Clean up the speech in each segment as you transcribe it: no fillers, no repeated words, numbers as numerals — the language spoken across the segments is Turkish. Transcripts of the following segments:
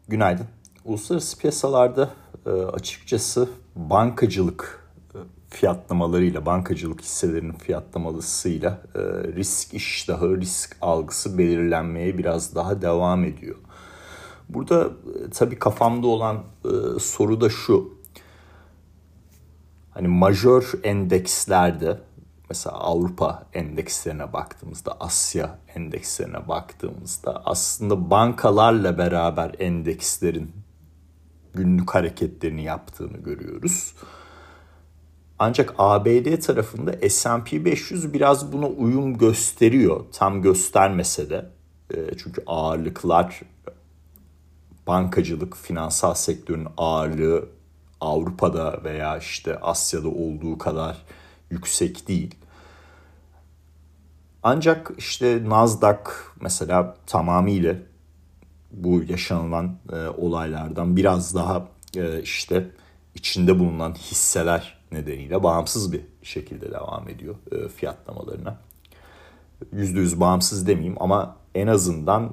Günaydın. Uluslararası piyasalarda açıkçası bankacılık fiyatlamalarıyla, bankacılık hisselerinin fiyatlamalarıyla risk iştahı, risk algısı belirlenmeye biraz daha devam ediyor. Burada tabii kafamda olan soru da şu. Hani majör endekslerde, mesela Avrupa endekslerine baktığımızda, Asya endekslerine baktığımızda aslında bankalarla beraber endekslerin günlük hareketlerini yaptığını görüyoruz. Ancak ABD tarafında S&P 500 biraz buna uyum gösteriyor. Tam göstermese de. Çünkü ağırlıklar, bankacılık, finansal sektörün ağırlığı Avrupa'da veya işte Asya'da olduğu kadar yüksek değil. Ancak işte Nasdaq mesela tamamıyla bu yaşanılan olaylardan biraz daha işte içinde bulunan hisseler nedeniyle bağımsız bir şekilde devam ediyor fiyatlamalarına. %100 bağımsız demeyeyim ama en azından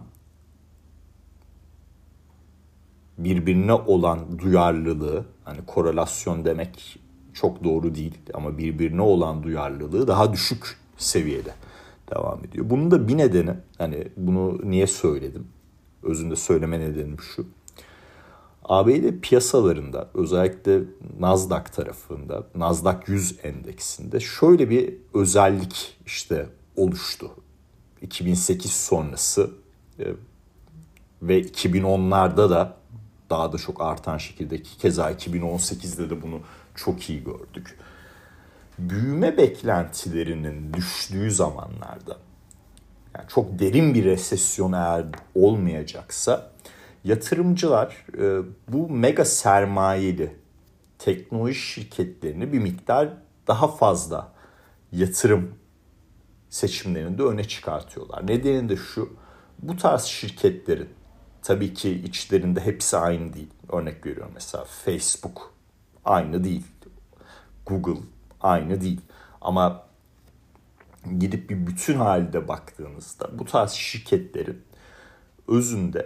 birbirine olan duyarlılığı, hani korelasyon demek çok doğru değil ama birbirine olan duyarlılığı daha düşük seviyede devam ediyor. Bunun da bir nedeni, hani bunu niye söyledim? Özünde söyleme nedenim şu. ABD piyasalarında, özellikle Nasdaq tarafında, Nasdaq 100 endeksinde şöyle bir özellik işte oluştu. 2008 sonrası ve 2010'larda da daha da çok artan şekilde, keza 2018'de de bunu çok iyi gördük. Büyüme beklentilerinin düştüğü zamanlarda, yani çok derin bir resesyon eğer olmayacaksa, yatırımcılar bu mega sermayeli teknoloji şirketlerini bir miktar daha fazla yatırım seçimlerinde öne çıkartıyorlar. Nedeni de şu: bu tarz şirketlerin tabii ki içlerinde hepsi aynı değil. Örnek veriyorum, mesela Facebook aynı değil. Google aynı değil. Ama gidip bir bütün halde baktığınızda bu tarz şirketlerin özünde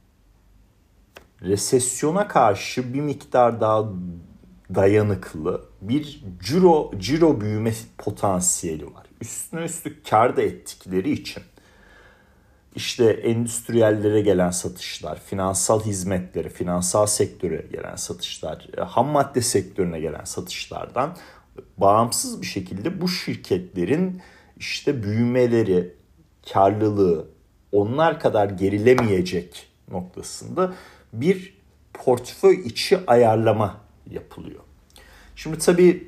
resesyona karşı bir miktar daha dayanıklı bir ciro büyüme potansiyeli var. Üstüne üstlük kar da ettikleri için işte endüstriyellere gelen satışlar, finansal hizmetlere, finansal sektöre gelen satışlar, ham madde sektörüne gelen satışlardan bağımsız bir şekilde bu şirketlerin işte büyümeleri, karlılığı onlar kadar gerilemeyecek noktasında bir portföy içi ayarlama yapılıyor. Şimdi tabii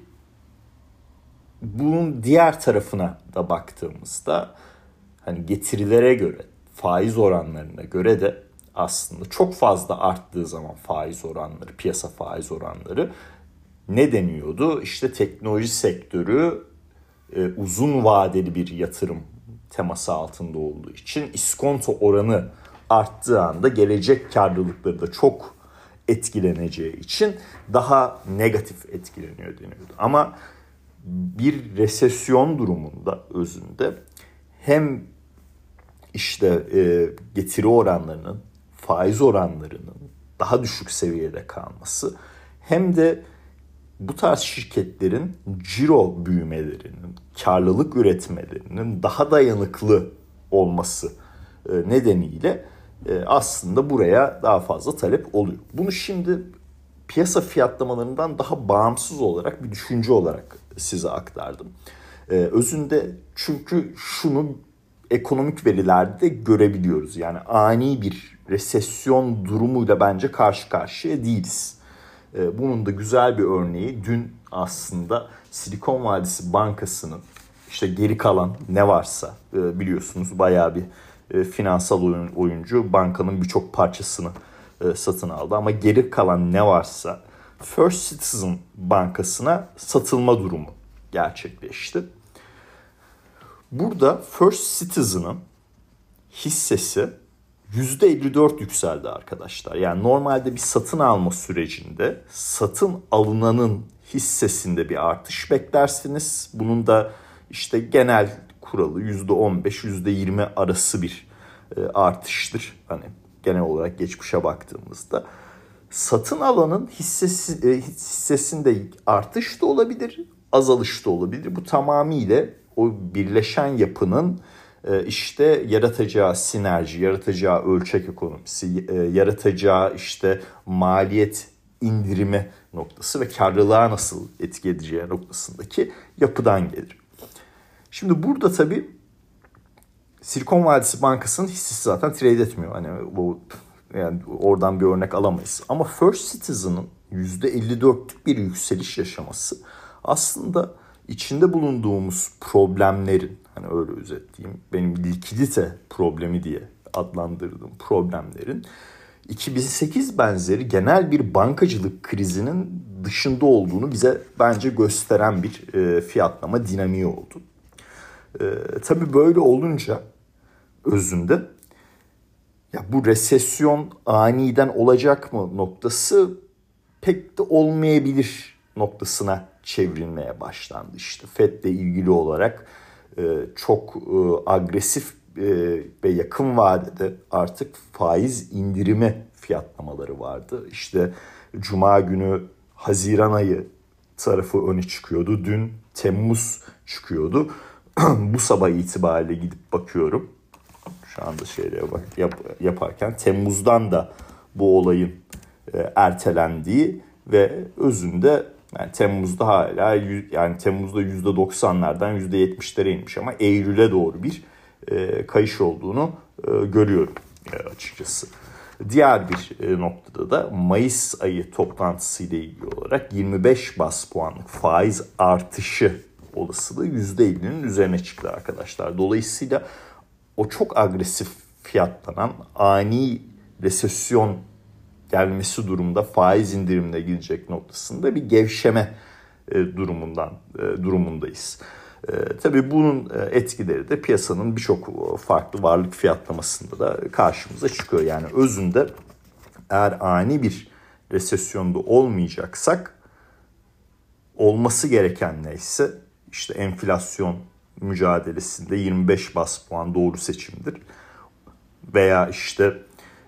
bunun diğer tarafına da baktığımızda, hani getirilere göre, faiz oranlarına göre de aslında çok fazla arttığı zaman faiz oranları, piyasa faiz oranları, ne deniyordu? İşte teknoloji sektörü uzun vadeli bir yatırım teması altında olduğu için iskonto oranı arttığı anda gelecek karlılıkları da çok etkileneceği için daha negatif etkileniyor deniyordu. Ama bir resesyon durumunda özünde hem işte getiri oranlarının, faiz oranlarının daha düşük seviyede kalması, hem de bu tarz şirketlerin ciro büyümelerinin, karlılık üretmelerinin daha dayanıklı olması nedeniyle aslında buraya daha fazla talep oluyor. Bunu şimdi piyasa fiyatlamalarından daha bağımsız olarak bir düşünce olarak size aktardım. Özünde çünkü şunu ekonomik verilerde de görebiliyoruz. Yani ani bir resesyon durumuyla bence karşı karşıya değiliz. Bunun da güzel bir örneği dün aslında Silikon Vadisi Bankası'nın işte geri kalan ne varsa, biliyorsunuz bayağı bir finansal oyuncu bankanın birçok parçasını satın aldı. Ama geri kalan ne varsa First Citizen Bankası'na satılma durumu gerçekleşti. Burada First Citizen'ın hissesi %54 yükseldi arkadaşlar. Yani normalde bir satın alma sürecinde satın alınanın hissesinde bir artış beklersiniz. Bunun da işte genel kuralı %15, %20 arası bir artıştır. Hani genel olarak geçmişe baktığımızda. Satın alanın hissesinde artış da olabilir, azalış da olabilir. Bu tamamıyla o birleşen yapının işte yaratacağı sinerji, yaratacağı ölçek ekonomisi, yaratacağı işte maliyet indirimi noktası ve karlılığa nasıl etki edeceği noktasındaki yapıdan gelir. Şimdi burada tabii Silikon Vadisi Bankası'nın hissesi zaten trade etmiyor. Hani bu, yani oradan bir örnek alamayız. Ama First Citizens'ın %54'lük bir yükseliş yaşaması aslında içinde bulunduğumuz problemlerin, hani öyle özetleyeyim, benim likidite problemi diye adlandırdığım problemlerin 2008 benzeri genel bir bankacılık krizinin dışında olduğunu bize bence gösteren bir fiyatlama dinamiği oldu. Tabii böyle olunca özünde ya bu resesyon aniden olacak mı noktası pek de olmayabilir noktasına çevrilmeye başlandı. İşte FED'le ilgili olarak çok agresif ve yakın vadede artık faiz indirimi fiyatlamaları vardı. İşte Cuma günü Haziran ayı tarafı öne çıkıyordu. Dün Temmuz çıkıyordu. Bu sabah itibariyle gidip bakıyorum. Şu anda yaparken Temmuz'dan da bu olayın ertelendiği ve özünde yani Temmuz'da hala yani Temmuz'da %90'lardan %70'lere inmiş ama Eylül'e doğru bir kayış olduğunu görüyorum açıkçası. Diğer bir noktada da Mayıs ayı toplantısıyla ilgili olarak 25 bas puanlık faiz artışı olasılığı %50'nin üzerine çıktı arkadaşlar. Dolayısıyla o çok agresif fiyatlanan ani resesyon gelmesi durumunda faiz indirimine gidecek noktasında bir gevşeme durumundayız. Tabii bunun etkileri de piyasanın birçok farklı varlık fiyatlamasında da karşımıza çıkıyor. Yani özünde eğer ani bir resesyonda olmayacaksak olması gereken neyse işte enflasyon mücadelesinde 25 bas puan doğru seçimdir. Veya işte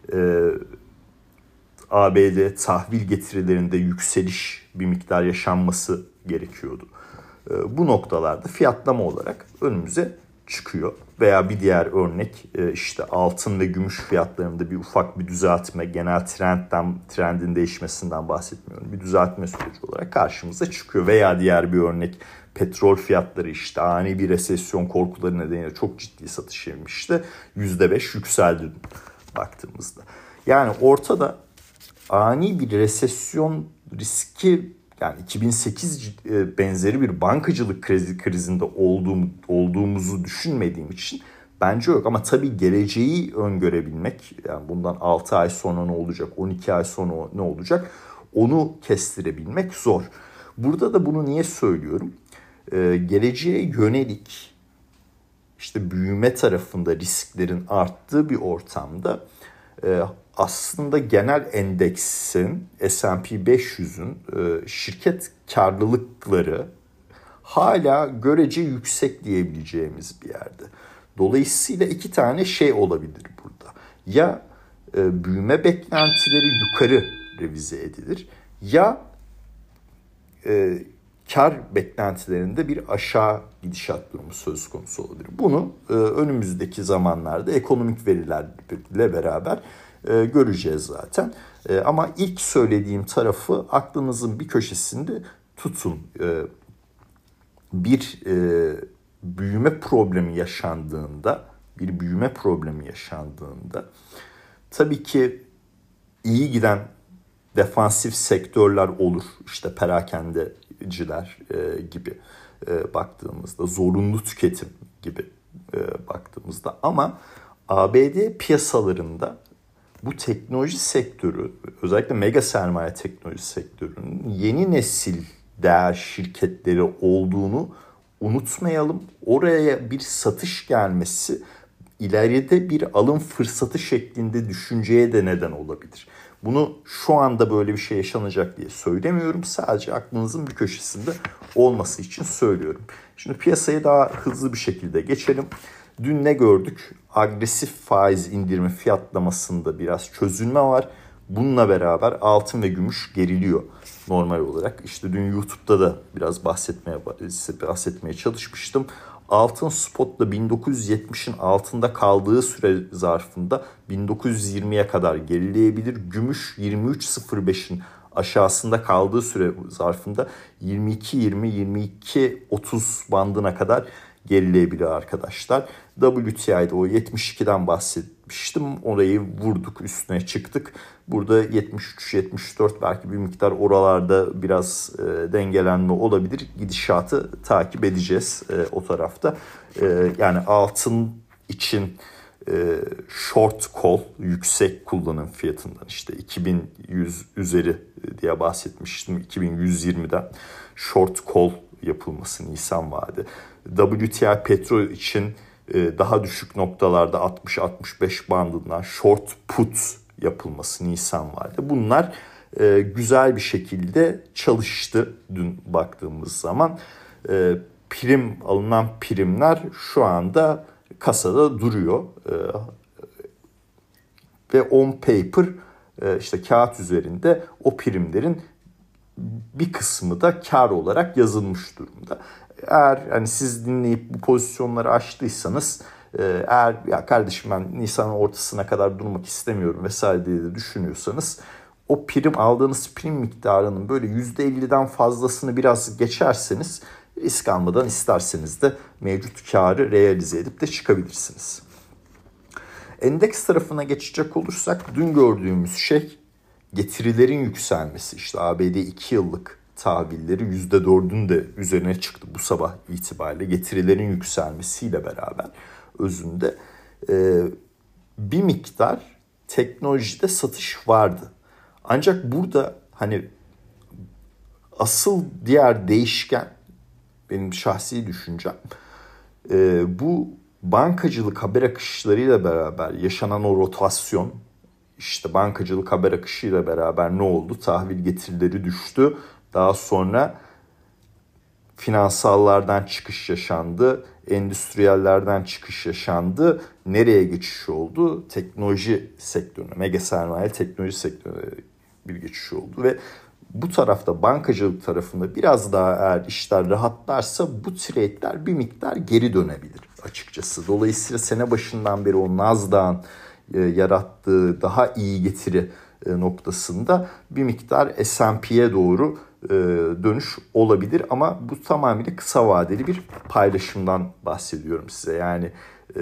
ABD tahvil getirilerinde yükseliş bir miktar yaşanması gerekiyordu. Bu noktalarda fiyatlama olarak önümüze çıkıyor. Veya bir diğer örnek işte altın ve gümüş fiyatlarında bir ufak bir düzeltme, genel trendin değişmesinden bahsetmiyorum. Bir düzeltme süreci olarak karşımıza çıkıyor. Veya diğer bir örnek petrol fiyatları işte ani bir resesyon korkuları nedeniyle çok ciddi satış yemişti. %5 yükseldi baktığımızda. Yani ortada ani bir resesyon riski, yani 2008 benzeri bir bankacılık krizinde olduğumuzu düşünmediğim için bence yok. Ama tabii geleceği öngörebilmek, yani bundan 6 ay sonra ne olacak, 12 ay sonra ne olacak onu kestirebilmek zor. Burada da bunu niye söylüyorum? Geleceğe yönelik işte büyüme tarafında risklerin arttığı bir ortamda aslında genel endeksin S&P 500'ün şirket karlılıkları hala görece yüksek diyebileceğimiz bir yerde. Dolayısıyla iki tane şey olabilir burada. Ya büyüme beklentileri yukarı revize edilir ya kar beklentilerinde bir aşağı gidişat durumu söz konusu olabilir. Bunu önümüzdeki zamanlarda ekonomik verilerle beraber göreceğiz zaten. Ama ilk söylediğim tarafı aklınızın bir köşesinde tutun. Bir büyüme problemi yaşandığında tabii ki iyi giden defansif sektörler olur. İşte perakendeciler gibi baktığımızda, zorunlu tüketim gibi baktığımızda, ama ABD piyasalarında bu teknoloji sektörü, özellikle mega sermaye teknoloji sektörünün yeni nesil değer şirketleri olduğunu unutmayalım. Oraya bir satış gelmesi ileride bir alım fırsatı şeklinde düşünceye de neden olabilir. Bunu şu anda böyle bir şey yaşanacak diye söylemiyorum. Sadece aklınızın bir köşesinde olması için söylüyorum. Şimdi piyasaya daha hızlı bir şekilde geçelim. Dün ne gördük? Agresif faiz indirimi fiyatlamasında biraz çözülme var. Bununla beraber altın ve gümüş geriliyor normal olarak. İşte dün YouTube'da da biraz bahsetmeye çalışmıştım. Altın spotla 1970'in altında kaldığı süre zarfında 1920'ye kadar gerileyebilir. Gümüş 23.05'in aşağısında kaldığı süre zarfında 22.20-22.30 bandına kadar gerileyebilir arkadaşlar. WTI'de o 72'den bahsetmiştim. Orayı vurduk, üstüne çıktık. Burada 73-74 belki bir miktar oralarda biraz dengelenme olabilir. Gidişatı takip edeceğiz o tarafta. Yani altın için short call, yüksek kullanım fiyatından işte 2100 üzeri diye bahsetmiştim. 2120'den short call yapılması Nisan vade. WTI petrol için daha düşük noktalarda 60-65 bandından short put yapılması Nisan vade. Bunlar güzel bir şekilde çalıştı dün baktığımız zaman. Alınan primler şu anda kasada duruyor. Ve on paper işte kağıt üzerinde o primlerin bir kısmı da kar olarak yazılmış durumda. Eğer hani siz dinleyip bu pozisyonları açtıysanız, eğer ya kardeşim ben Nisan'ın ortasına kadar durmak istemiyorum vesaire diye de düşünüyorsanız, o aldığınız prim miktarının böyle %50'den fazlasını biraz geçerseniz risk almadan isterseniz de mevcut karı realize edip de çıkabilirsiniz. Endeks tarafına geçecek olursak dün gördüğümüz şey getirilerin yükselmesi. İşte ABD 2 yıllık tahvilleri %4'ün de üzerine çıktı bu sabah itibariyle. Getirilerin yükselmesiyle beraber özünde bir miktar teknolojide satış vardı. Ancak burada hani asıl diğer değişken, benim şahsi düşüncem, bu bankacılık haber akışlarıyla beraber yaşanan o rotasyon. İşte bankacılık haber akışıyla beraber ne oldu? Tahvil getirileri düştü. Daha sonra finansallardan çıkış yaşandı. Endüstriyellerden çıkış yaşandı. Nereye geçiş oldu? Teknoloji sektörüne, mega sermaye teknoloji sektörüne bir geçiş oldu. Ve bu tarafta bankacılık tarafında biraz daha eğer işler rahatlarsa bu trade'ler bir miktar geri dönebilir açıkçası. Dolayısıyla sene başından beri o Nasdaq'ın yarattığı daha iyi getiri noktasında bir miktar S&P'ye doğru dönüş olabilir. Ama bu tamamıyla kısa vadeli bir paylaşımdan bahsediyorum size. Yani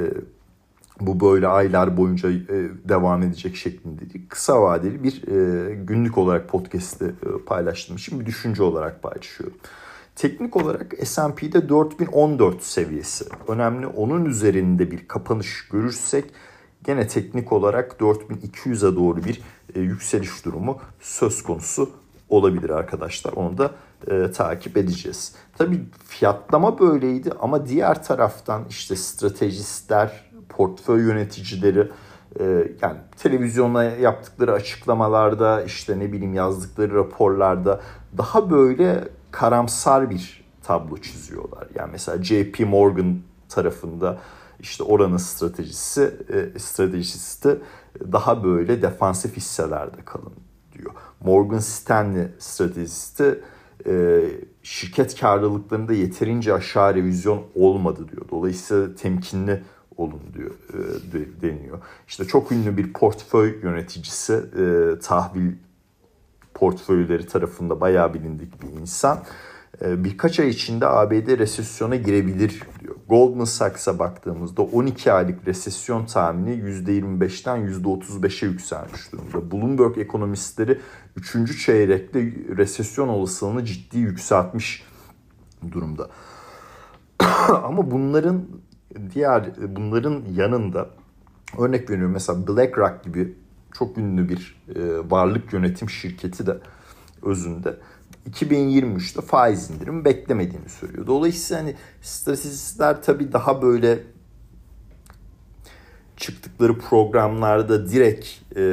bu böyle aylar boyunca devam edecek şeklinde değil. Kısa vadeli bir günlük olarak podcast'te paylaştığım için bir düşünce olarak paylaşıyorum. Teknik olarak S&P'de 4014 seviyesi önemli. Onun üzerinde bir kapanış görürsek gene teknik olarak 4200'e doğru bir yükseliş durumu söz konusu olabilir arkadaşlar. Onu da takip edeceğiz. Tabii fiyatlama böyleydi ama diğer taraftan işte stratejistler, portföy yöneticileri, yani televizyona yaptıkları açıklamalarda, işte ne bileyim yazdıkları raporlarda daha böyle karamsar bir tablo çiziyorlar. Yani mesela JP Morgan tarafında işte oranın stratejisti daha böyle defansif hisselerde kalın diyor. Morgan Stanley stratejisti şirket karlılıklarında yeterince aşağı revizyon olmadı diyor. Dolayısıyla temkinli olun diyor, deniyor. İşte çok ünlü bir portföy yöneticisi, tahvil portföyleri tarafında bayağı bilindik bir insan. Birkaç ay içinde ABD resesyona girebilir diyor. Goldman Sachs'a baktığımızda 12 aylık resesyon tahmini %25'ten %35'e yükselmiş durumda. Bloomberg ekonomistleri 3. çeyrekte resesyon olasılığını ciddi yükseltmiş durumda. Ama bunların yanında örnek veriyorum, mesela BlackRock gibi çok ünlü bir varlık yönetim şirketi de özünde 2023'te faiz indirimi beklemediğini söylüyor. Dolayısıyla hani stratejistler tabii daha böyle çıktıkları programlarda direkt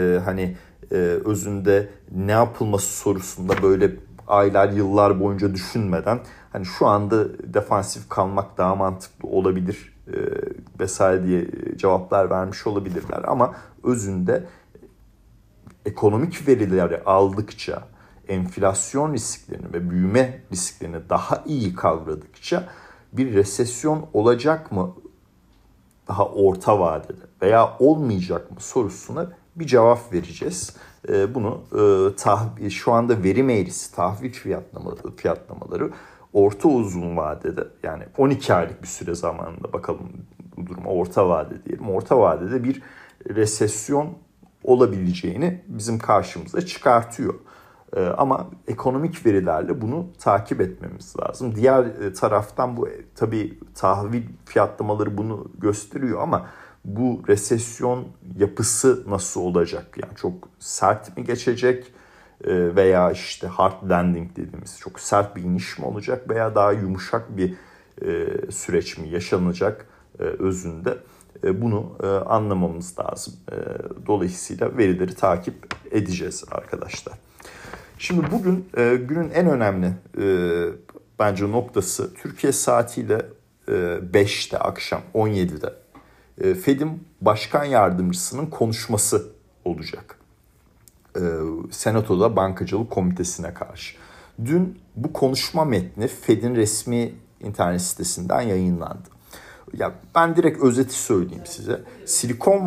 özünde ne yapılması sorusunda böyle aylar yıllar boyunca düşünmeden hani şu anda defansif kalmak daha mantıklı olabilir vesaire diye cevaplar vermiş olabilirler. Ama özünde ekonomik verileri aldıkça, enflasyon risklerini ve büyüme risklerini daha iyi kavradıkça bir resesyon olacak mı daha orta vadede veya olmayacak mı sorusuna bir cevap vereceğiz. Bunu şu anda verim eğrisi, tahvil fiyatlamaları orta uzun vadede, yani 12 aylık bir süre zamanında bakalım bu duruma, orta vade diyelim. Orta vadede bir resesyon olabileceğini bizim karşımıza çıkartıyor. Ama ekonomik verilerle bunu takip etmemiz lazım. Diğer taraftan bu tabii tahvil fiyatlamaları bunu gösteriyor ama bu resesyon yapısı nasıl olacak? Yani çok sert mi geçecek veya işte hard landing dediğimiz çok sert bir iniş mi olacak veya daha yumuşak bir süreç mi yaşanacak özünde? Bunu anlamamız lazım. Dolayısıyla verileri takip edeceğiz arkadaşlar. Şimdi bugün günün en önemli bence noktası Türkiye saatiyle 5'te akşam 17'de Fed'in başkan yardımcısının konuşması olacak. Senato'da Bankacılık Komitesi'ne karşı. Dün bu konuşma metni Fed'in resmi internet sitesinden yayınlandı. Ya ben direkt özeti söyleyeyim size. Silikon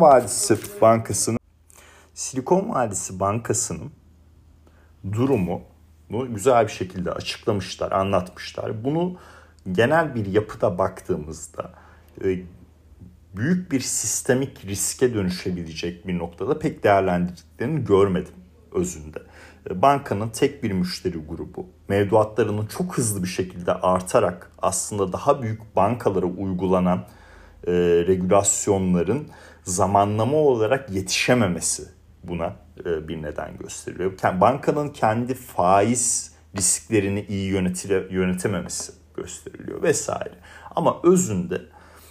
Vadisi Bankası'nın durumu güzel bir şekilde açıklamışlar, anlatmışlar. Bunu genel bir yapıda baktığımızda büyük bir sistemik riske dönüşebilecek bir noktada pek değerlendirdiklerini görmedim özünde. Bankanın tek bir müşteri grubu, mevduatlarının çok hızlı bir şekilde artarak aslında daha büyük bankalara uygulanan regülasyonların zamanlama olarak yetişememesi buna bir neden gösteriyor. Bankanın kendi faiz risklerini iyi yönetememesi gösteriliyor vesaire. Ama özünde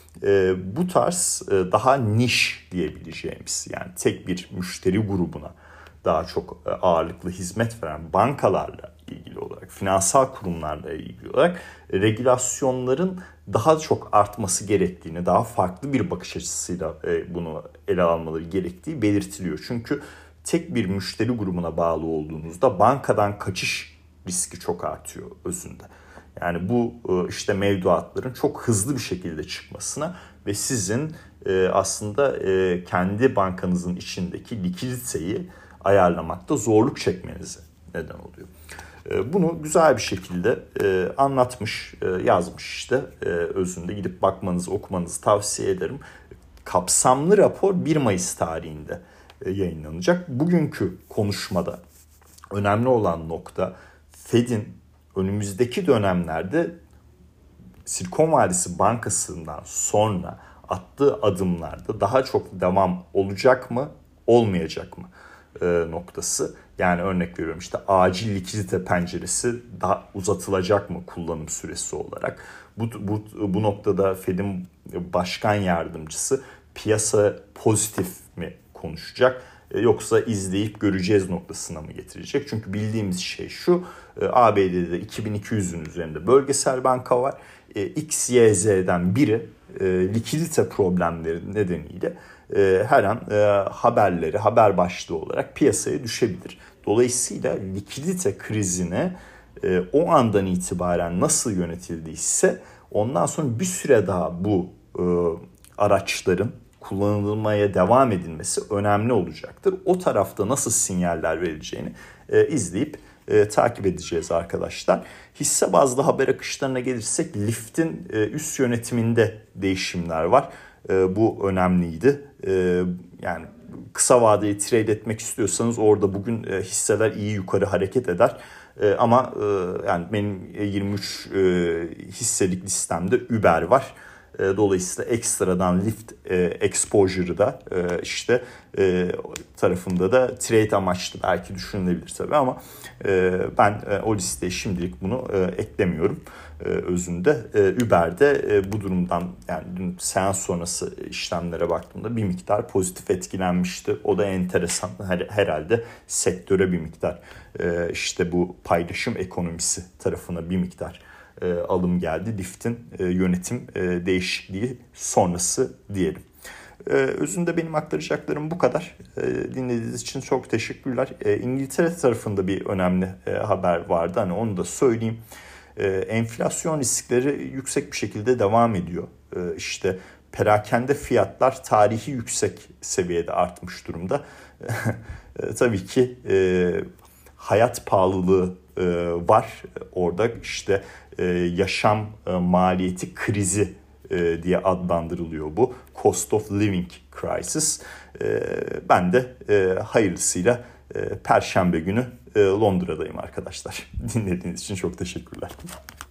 bu tarz daha niş diyebileceğimiz, yani tek bir müşteri grubuna daha çok ağırlıklı hizmet veren bankalarla ilgili olarak, finansal kurumlarla ilgili olarak regülasyonların daha çok artması gerektiğini, daha farklı bir bakış açısıyla bunu ele almaları gerektiği belirtiliyor. Çünkü tek bir müşteri grubuna bağlı olduğunuzda bankadan kaçış riski çok artıyor özünde. Yani bu işte mevduatların çok hızlı bir şekilde çıkmasına ve sizin aslında kendi bankanızın içindeki likiditeyi ayarlamakta zorluk çekmenize neden oluyor. Bunu güzel bir şekilde anlatmış, yazmış işte. Özünde gidip bakmanızı, okumanızı tavsiye ederim. Kapsamlı rapor 1 Mayıs tarihinde yayınlanacak. Bugünkü konuşmada önemli olan nokta Fed'in önümüzdeki dönemlerde Silikon Vadisi Bankası'ndan sonra attığı adımlarda daha çok devam olacak mı, olmayacak mı noktası. Yani örnek veriyorum, işte acil likidite penceresi daha uzatılacak mı kullanım süresi olarak. Bu noktada Fed'in başkan yardımcısı piyasa pozitif mi konuşacak, yoksa izleyip göreceğiz noktasına mı getirecek? Çünkü bildiğimiz şey şu: ABD'de 2200'ün üzerinde bölgesel banka var. X, Y, Z'den biri likidite problemleri nedeniyle her an haber başlığı olarak piyasaya düşebilir. Dolayısıyla likidite krizine o andan itibaren nasıl yönetildiyse ondan sonra bir süre daha bu araçların kullanılmaya devam edilmesi önemli olacaktır. O tarafta nasıl sinyaller verileceğini izleyip takip edeceğiz arkadaşlar. Hisse bazlı haber akışlarına gelirsek Lyft'in üst yönetiminde değişimler var. Bu önemliydi. Yani kısa vadeli trade etmek istiyorsanız orada bugün hisseler iyi yukarı hareket eder. Ama yani benim 23 hisselik listemde Uber var. Dolayısıyla ekstradan Lyft exposure'ı da işte tarafında da trade amaçlı belki düşünülebilir tabii ama ben o listeye şimdilik bunu eklemiyorum. Özünde Uber'de bu durumdan, yani dün seans sonrası işlemlere baktığımda bir miktar pozitif etkilenmişti. O da enteresan, herhalde sektöre bir miktar işte bu paylaşım ekonomisi tarafına bir miktar alım geldi. Lyft'in yönetim değişikliği sonrası diyelim. Özünde benim aktaracaklarım bu kadar. Dinlediğiniz için çok teşekkürler. İngiltere tarafında bir önemli haber vardı. Hani onu da söyleyeyim. Enflasyon riskleri yüksek bir şekilde devam ediyor. İşte perakende fiyatlar tarihi yüksek seviyede artmış durumda. Tabii ki hayat pahalılığı var. Orada işte yaşam maliyeti krizi diye adlandırılıyor bu. Cost of Living Crisis. Ben de hayırlısıyla Perşembe günü Londra'dayım arkadaşlar. Dinlediğiniz için çok teşekkürler.